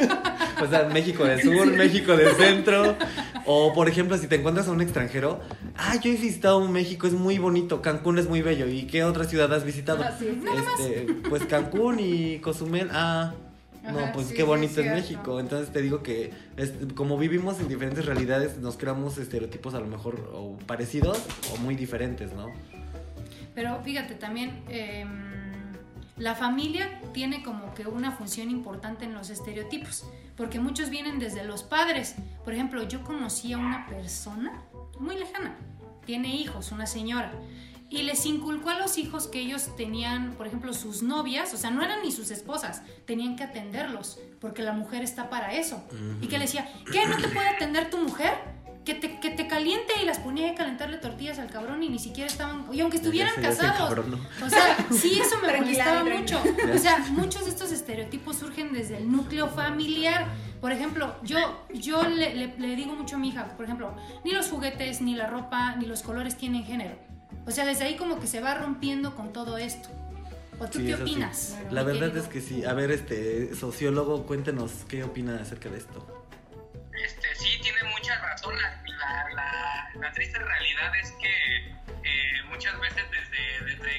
O sea, México del sur, México del centro. O por ejemplo, si te encuentras a un extranjero, yo he visitado México, es muy bonito, Cancún es muy bello. ¿Y qué otra ciudad has visitado? Así es. Pues Cancún y Cozumel. No, Ajá, pues sí, qué sí, bonito es cierto. México. Entonces te digo que como vivimos en diferentes realidades, nos creamos estereotipos a lo mejor o parecidos o muy diferentes, ¿no? Pero fíjate, también la familia tiene como que una función importante en los estereotipos, porque muchos vienen desde los padres. Por ejemplo, yo conocí a una persona muy lejana, tiene hijos, una señora, y les inculcó a los hijos que ellos tenían, por ejemplo, sus novias, o sea, no eran ni sus esposas, tenían que atenderlos, porque la mujer está para eso. Y que le decía, ¿qué? ¿No te puede atender tu mujer? Que te caliente, y las ponía a calentarle tortillas al cabrón y ni siquiera estaban, y aunque estuvieran Ya se casados. encabronó. O sea, sí, eso me Tranquila, molestaba tranquila. mucho. O sea, muchos de estos estereotipos surgen desde el núcleo familiar. Por ejemplo, yo le digo mucho a mi hija, por ejemplo, ni los juguetes, ni la ropa, ni los colores tienen género. O sea, desde ahí como que se va rompiendo con todo esto. ¿O tú Sí, qué eso sí. opinas? La mi verdad querido? es que sí. A ver, sociólogo, cuéntenos qué opina acerca de esto. Sí, tiene mucha razón. La triste realidad es que muchas veces desde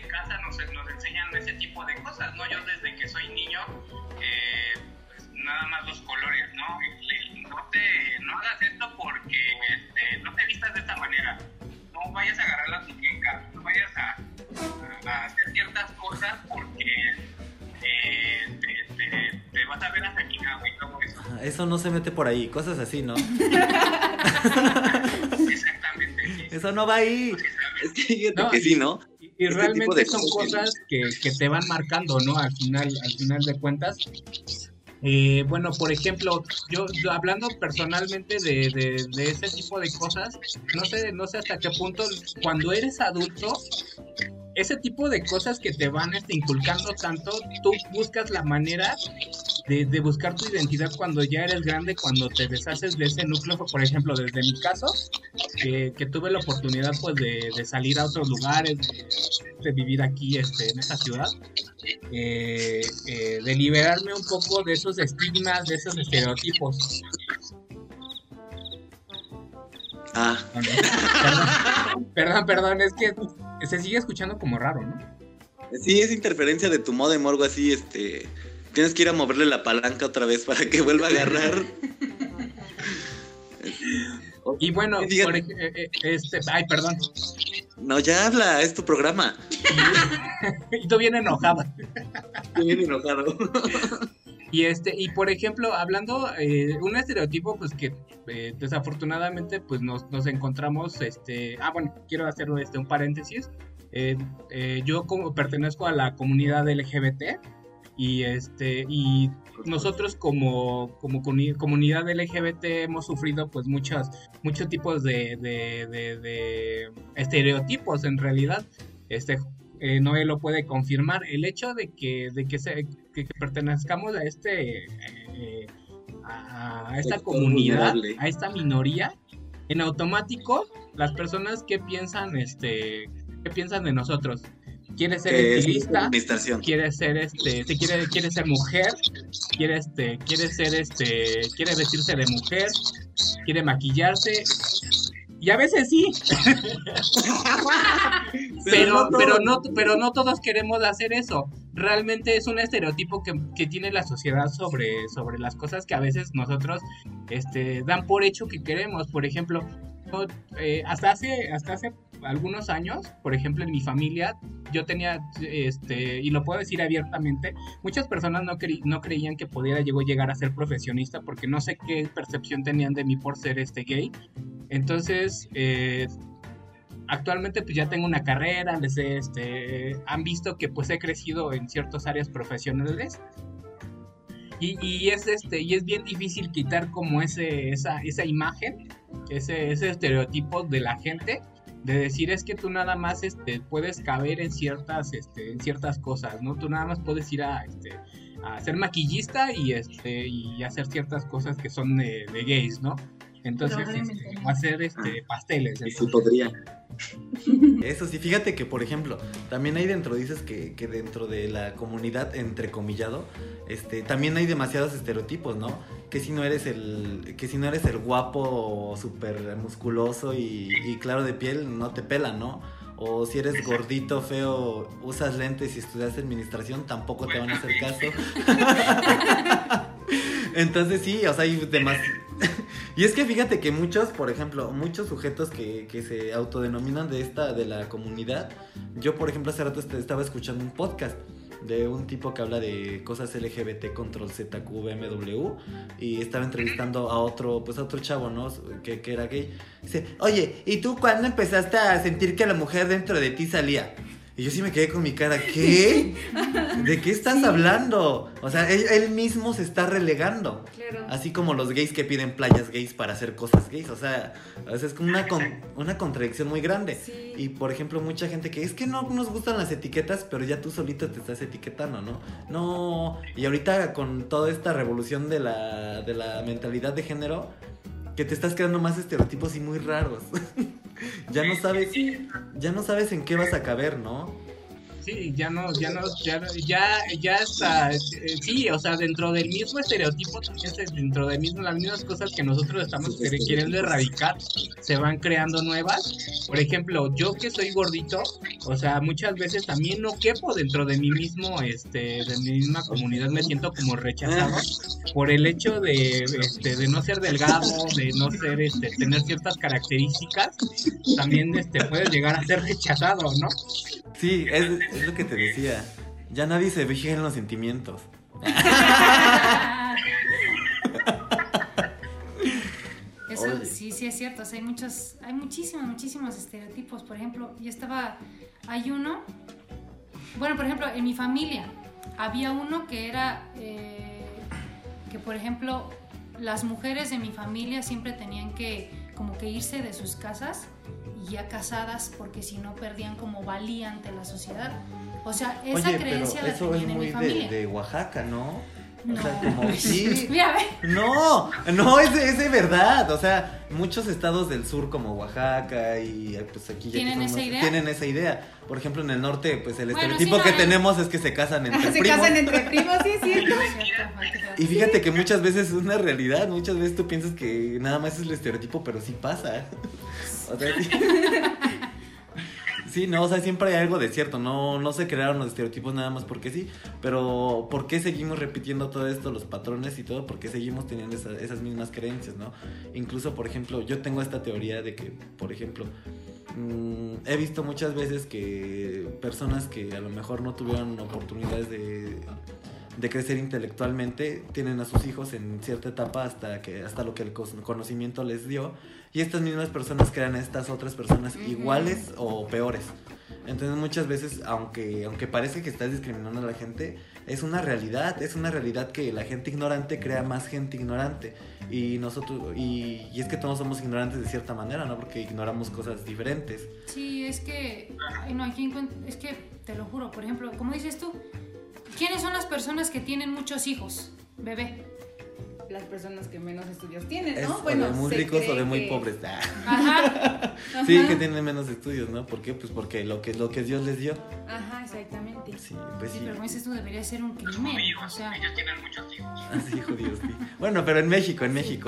eso no se mete por ahí, cosas así, ¿no? Exactamente, sí. Eso no va ahí. Es que fíjate No, que sí, ¿no? Y Este tipo realmente de son cosas que te van marcando, ¿no? Al final de cuentas. Bueno, por ejemplo, yo hablando personalmente de ese tipo de cosas, no sé hasta qué punto cuando eres adulto, ese tipo de cosas que te van inculcando tanto, tú buscas la manera de buscar tu identidad cuando ya eres grande, cuando te deshaces de ese núcleo. Por ejemplo, desde mi caso, que tuve la oportunidad pues de salir a otros lugares, de vivir aquí en esta ciudad, de liberarme un poco de esos estigmas, de esos estereotipos. Ah, Perdón, es que se sigue escuchando como raro, ¿no? sí, es interferencia de tu modem o algo así, tienes que ir a moverle la palanca otra vez para que vuelva a agarrar. Y bueno, Fíjate. ay, perdón. No, ya habla, es tu programa. Y tú bien enojada. Estoy bien enojado. Y por ejemplo, hablando, un estereotipo, pues que desafortunadamente, pues nos encontramos, bueno, quiero hacer un paréntesis. Yo como pertenezco a la comunidad LGBT y nosotros como comunidad LGBT hemos sufrido pues muchos tipos de estereotipos en realidad. Noé lo puede confirmar. El hecho de que pertenezcamos a esta Sector comunidad, vulnerable. a esta minoría, en automático las personas que piensan ¿qué piensan de nosotros? ¿Quiere ser Que es estilista? administración. Quiere ser quiere ser mujer, quiere vestirse de mujer, quiere maquillarse. Y a veces sí. pero no todos queremos hacer eso. Realmente es un estereotipo que tiene la sociedad sobre las cosas que a veces nosotros dan por hecho que queremos. Por ejemplo, hasta hace algunos años, por ejemplo, en mi familia, yo tenía, y lo puedo decir abiertamente, muchas personas no creían que pudiera llegar a ser profesionista porque no sé qué percepción tenían de mí por ser gay. Entonces, actualmente pues ya tengo una carrera, han visto que pues he crecido en ciertas áreas profesionales. Y es bien difícil quitar como esa imagen, ese estereotipo de la gente, de decir es que tú nada más puedes caber en ciertas cosas, ¿no? Tú nada más puedes ir a ser maquillista y hacer ciertas cosas que son de gays, ¿no? Entonces, o hacer pasteles. Y sí podría. Eso sí, fíjate que, por ejemplo, también hay dices que dentro de la comunidad, entrecomillado, también hay demasiados estereotipos, ¿no? Que si no eres el guapo, súper musculoso y claro de piel, no te pelan, ¿no? O si eres gordito, feo, usas lentes y estudias administración, tampoco te van a hacer caso. Entonces sí, o sea, hay demasiado. Y es que fíjate que muchos sujetos que se autodenominan de la comunidad. Yo, por ejemplo, hace rato estaba escuchando un podcast de un tipo que habla de cosas LGBT, control ZQ, BMW, y estaba entrevistando a otro chavo, ¿no? Que era gay. Dice, oye, ¿y tú cuándo empezaste a sentir que la mujer dentro de ti salía? Y yo sí me quedé con mi cara, ¿qué? ¿De qué estás hablando? O sea, él mismo se está relegando. Claro. Así como los gays que piden playas gays para hacer cosas gays. O sea, es como una contradicción muy grande. Sí. Y, por ejemplo, mucha gente que es que no nos gustan las etiquetas, pero ya tú solito te estás etiquetando, ¿no? No, y ahorita con toda esta revolución de la mentalidad de género, que te estás creando más estereotipos y muy raros. Ya no sabes en qué vas a caber, ¿no? Sí, ya está, sí, o sea, dentro del mismo estereotipo, dentro de las mismas cosas que nosotros estamos queriendo erradicar, se van creando nuevas. Por ejemplo, yo que soy gordito, o sea, muchas veces también no quepo dentro de mí mismo, de mi misma comunidad, me siento como rechazado por el hecho de no ser delgado, de no ser, tener ciertas características, también puedes llegar a ser rechazado, ¿no? Sí, es lo que te decía. Ya nadie se fija en los sentimientos. Eso Oye. sí es cierto. O sea, hay muchísimos estereotipos. Por ejemplo, hay uno, bueno, por ejemplo, en mi familia había uno que era, que por ejemplo, las mujeres de mi familia siempre tenían que como que irse de sus casas y ya casadas porque si no perdían como valía ante la sociedad. O sea, esa Oye, creencia pero la eso es tenían en muy mi familia. de Oaxaca, ¿no? No. O sea, como sí. Mira, ve. No, es de verdad. O sea, muchos estados del sur como Oaxaca y pues aquí ya que ¿Tienen esa idea? tienen esa idea. Por ejemplo, en el norte, pues el Bueno, estereotipo sí, no, que no. tenemos es que se casan entre Se primos. casan entre primos, sí es cierto. Y fíjate que muchas veces es una realidad, muchas veces tú piensas que nada más es el estereotipo, pero sí pasa. O sea, sí. Sí, no, o sea, siempre hay algo de cierto, no se crearon los estereotipos nada más porque sí, pero ¿por qué seguimos repitiendo todo esto, los patrones y todo? Porque seguimos teniendo esas mismas creencias, ¿no? Incluso, por ejemplo, yo tengo esta teoría de que, por ejemplo, he visto muchas veces que personas que a lo mejor no tuvieron oportunidades de crecer intelectualmente tienen a sus hijos en cierta etapa hasta lo que el conocimiento les dio, y estas mismas personas crean a estas otras personas iguales o peores. Entonces muchas veces, aunque parece que estás discriminando a la gente, es una realidad que la gente ignorante crea más gente ignorante, y nosotros y es que todos somos ignorantes de cierta manera, ¿no? Porque ignoramos cosas diferentes. Sí, es que es que te lo juro, por ejemplo, como dices tú, ¿quiénes son las personas que tienen muchos hijos, bebé? Las personas que menos estudios tienen, Es ¿no? o de muy se ricos o cree de muy que- pobres. Ajá. Sí, Ajá. que tienen menos estudios, ¿no? ¿Por qué? Pues porque lo que Dios les dio. Ajá, exactamente. Sí, pues Sí, sí. pero como dices tú, debería ser un Los crimen. judíos, O sea, ellos tienen muchos hijos. Así, judíos, sí. Bueno, pero en México.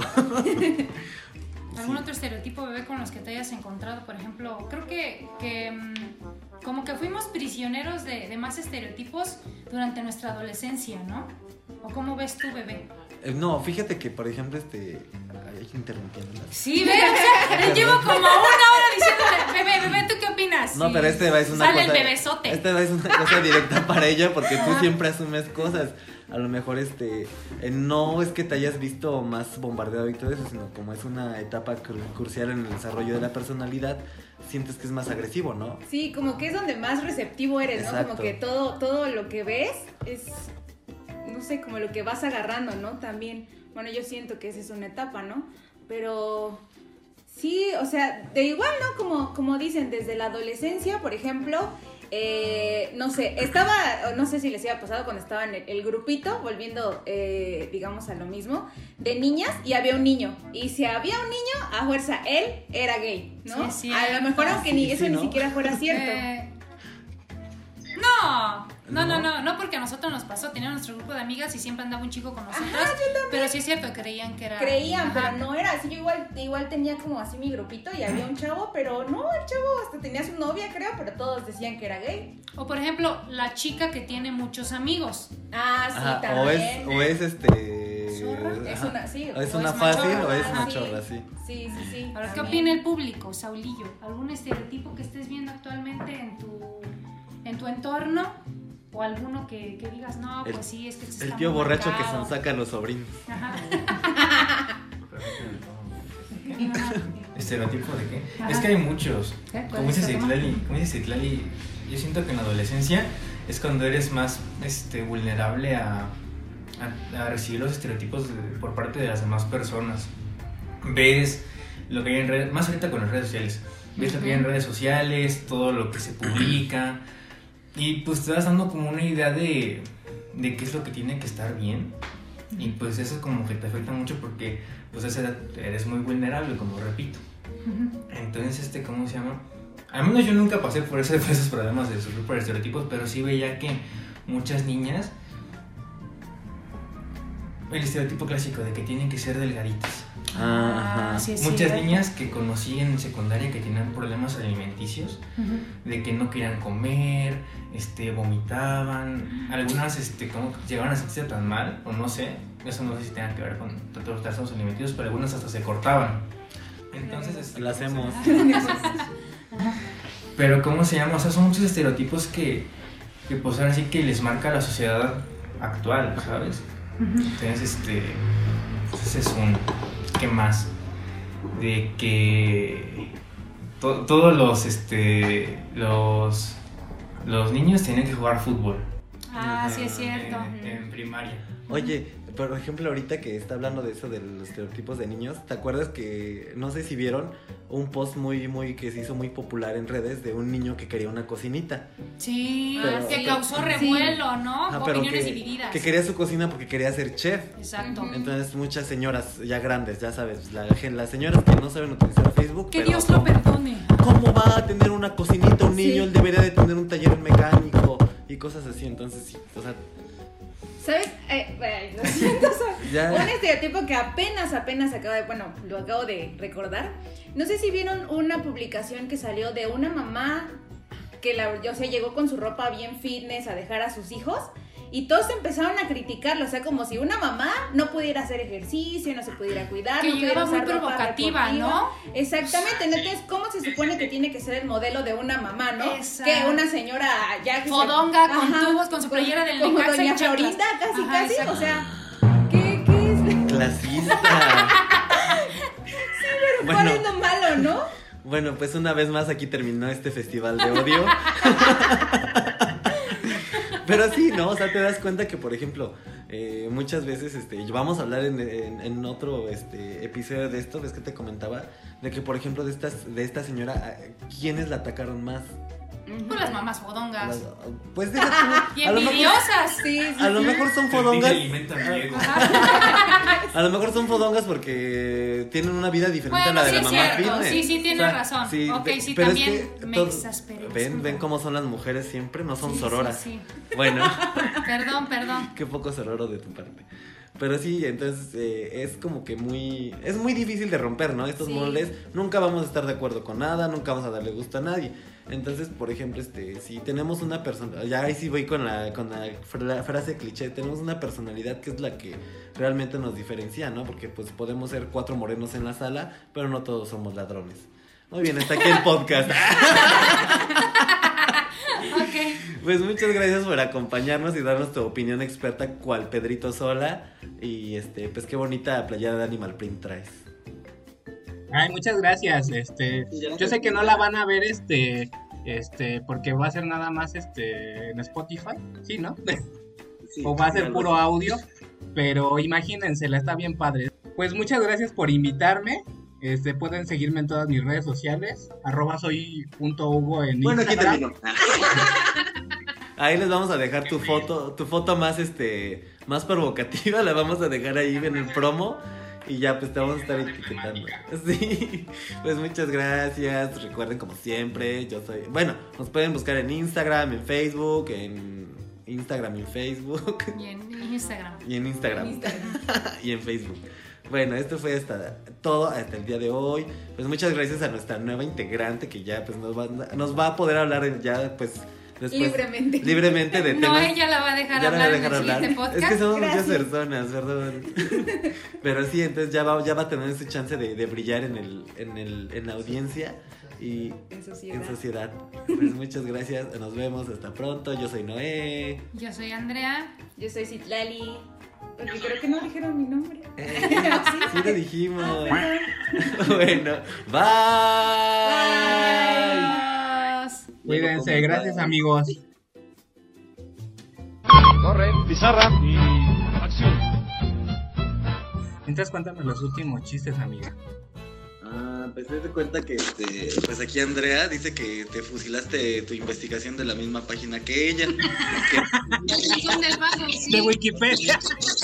¿algún otro estereotipo, bebé, con los que te hayas encontrado? Por ejemplo, creo que como que fuimos prisioneros de más estereotipos durante nuestra adolescencia, ¿no? ¿O cómo ves tú, bebé? No, fíjate que, por ejemplo, hay que interrumpiéndolas. Sí, bebé, o sea, llevo como una hora diciéndole, bebé, ¿tú qué opinas? No, Y pero es una sale cosa. el bebesote. Esta es una cosa directa para ella porque tú siempre asumes cosas. A lo mejor no es que te hayas visto más bombardeado y todo eso, sino como es una etapa crucial en el desarrollo de la personalidad, sientes que es más agresivo, ¿no? Sí, como que es donde más receptivo eres, ¿no? Exacto. Como que todo lo que ves es, no sé, como lo que vas agarrando, ¿no? También, bueno, yo siento que esa es una etapa, ¿no? Pero sí, o sea, de igual, ¿no? Como dicen, desde la adolescencia, por ejemplo, no sé, no sé si les había pasado cuando estaba en el grupito, volviendo, digamos, a lo mismo, de niñas, y había un niño. Y si había un niño, a fuerza, él era gay, ¿no? Sí, A lo mejor, aunque sí, eso sí, ni ¿no? siquiera fuera cierto. No, porque a nosotros nos pasó, teníamos nuestro grupo de amigas y siempre andaba un chico con nosotros, pero sí es cierto, creían que era... Creían, Ajá. pero no era así. Yo igual tenía como así mi grupito y había un chavo, pero no, el chavo hasta tenía su novia, creo, pero todos decían que era gay. O por ejemplo, la chica que tiene muchos amigos. Ah, sí, Ajá, también. o es Zorra. Es ajá. una, sí, O es o una es fácil machorra, o es ajá. machorra, sí. Sí. Ahora, ¿qué también. opina el público, Saulillo? ¿Algún estereotipo que estés viendo actualmente en tu entorno? ¿O alguno que digas, no, pues sí, es que este El está tío muy borracho que marcado"? saca a los sobrinos. Ajá. ¿Estereotipo de qué? Ajá. Es que hay muchos. ¿Cuál Como es dice el tema? Citlali, yo siento que en la adolescencia es cuando eres más vulnerable a recibir los estereotipos por parte de las demás personas. Ves lo que hay en redes, más ahorita con las redes sociales, ves lo que hay en redes sociales, todo lo que se publica, y pues te vas dando como una idea de qué es lo que tiene que estar bien, y pues eso como que te afecta mucho porque pues a esa edad eres muy vulnerable, como repito. Entonces, ¿cómo se llama? Al menos yo nunca pasé por esos problemas de sufrir por estereotipos, pero sí veía que muchas niñas, el estereotipo clásico de que tienen que ser delgaditas. Ajá. Sí, es Muchas cierto. niñas que conocí en secundaria que tenían problemas alimenticios, de que no querían comer, vomitaban, algunas como que llegaban a sentirse tan mal, o no sé, eso no sé si tenga que ver con los trastornos alimenticios, pero algunas hasta se cortaban. Entonces, Lo hacemos. pero ¿cómo se llama? O sea, son muchos estereotipos que pues ahora sí que les marca la sociedad actual, ¿sabes? Entonces, pues ese es uno. ¿Qué más? de que todos los niños tenían que jugar fútbol. Sí es cierto. En primaria. Oye, por ejemplo, ahorita que está hablando de eso de los estereotipos de niños, ¿te acuerdas que, no sé si vieron, un post que se hizo muy popular en redes de un niño que quería una cocinita? Sí, Pero- que causó revuelo, ¿no? Pero Opiniones divididas. que quería su cocina porque quería ser chef. Exacto. Entonces muchas señoras ya grandes, ya sabes, las señoras que no saben utilizar Facebook. Que pero Dios lo perdone. ¿Cómo va a tener una cocinita un niño? Sí. Él debería de tener un taller mecánico y cosas así. Entonces sí, o sea, ¿Sabes? Lo siento, ya. un estereotipo que apenas acabo de, bueno, lo acabo de recordar. No sé si vieron una publicación que salió de una mamá que llegó con su ropa bien fitness a dejar a sus hijos y todos empezaron a criticarlo, o sea, como si una mamá no pudiera hacer ejercicio, no se pudiera cuidar, Que no pudiera llegaba muy usar ropa provocativa, deportiva. ¿no? Exactamente, entonces, ¿cómo se supone que tiene que ser el modelo de una mamá, no? Exacto. Que una señora ya que Fodonga, con Ajá, tubos, con su playera del como Necaxa y doña chanclas. Florinda, casi, Ajá, casi, exacto. o sea, ¿qué es? Clasista. ¿Cuál es lo malo, no? Bueno, pues una vez más aquí terminó este festival de odio. Pero sí, ¿no? O sea, te das cuenta que, por ejemplo, muchas veces, vamos a hablar en otro episodio de esto, ves que te comentaba, de que, por ejemplo, de esta señora, ¿quiénes la atacaron más? Pues las mamás fodongas. Pues deja tú, Y a lo mejor, envidiosas. Sí, a lo mejor son Que fodongas. alimenta mi ego. A lo mejor son fodongas porque tienen una vida diferente Bueno, a la de sí la es mamá cierto. fitness. Sí, tienes razón. Ok, sí, pero también es que me exasperé. ven cómo son las mujeres siempre, no son Sí, sororas. sí, Bueno, Perdón. qué poco sororo de tu parte. Pero sí, entonces es como que es muy difícil de romper, ¿no? Estos Sí. moldes, nunca vamos a estar de acuerdo con nada, nunca vamos a darle gusto a nadie. Entonces, por ejemplo, si tenemos una persona, ya ahí sí voy con la frase cliché, tenemos una personalidad que es la que realmente nos diferencia, ¿no? Porque pues podemos ser 4 morenos en la sala, pero no todos somos ladrones. Muy bien, hasta aquí el podcast. Ok. Pues muchas gracias por acompañarnos y darnos tu opinión experta cual Pedrito Sola. Y pues qué bonita playera de Animal Print traes. Ay, muchas gracias. Yo sé que no la van a ver, porque va a ser nada más, en Spotify, ¿sí, no? Sí, O va a ser ya puro lo sé. audio, pero imagínensela, está bien padre. Pues muchas gracias por invitarme. Pueden seguirme en todas mis redes sociales, @soy.hugo en Bueno, aquí Instagram. termino. Ahí les vamos a dejar tu foto más provocativa, la vamos a dejar ahí en el promo. Y ya, pues te vamos a estar etiquetando. Sí, pues muchas gracias. Recuerden, como siempre, bueno, nos pueden buscar en Instagram, en Facebook, Y en Instagram. y en Instagram. Y en Facebook. Bueno, esto fue todo hasta el día de hoy. Pues muchas gracias a nuestra nueva integrante que ya pues nos va a poder hablar ya pues después libremente de No, temas. ella la va a dejar Ya la voy a hablar en dejar el hablar. siguiente podcast. Es que somos Gracias. muchas personas, perdón. Pero sí, entonces ya va a tener ese chance de brillar en la audiencia y En sociedad. en sociedad. Pues muchas gracias, nos vemos, hasta pronto. Yo soy Noé. Yo soy Andrea. Yo soy Citlali. Porque creo que no dijeron mi nombre. Sí lo dijimos. Perdón. Bueno, bye. Adiós. Cuídense, gracias amigos. Corre, pizarra y acción. Mientras cuéntame los últimos chistes, amiga. Pues te das cuenta que pues aquí Andrea dice que te fusilaste tu investigación de la misma página que ella. Son del vago, sí. De Wikipedia.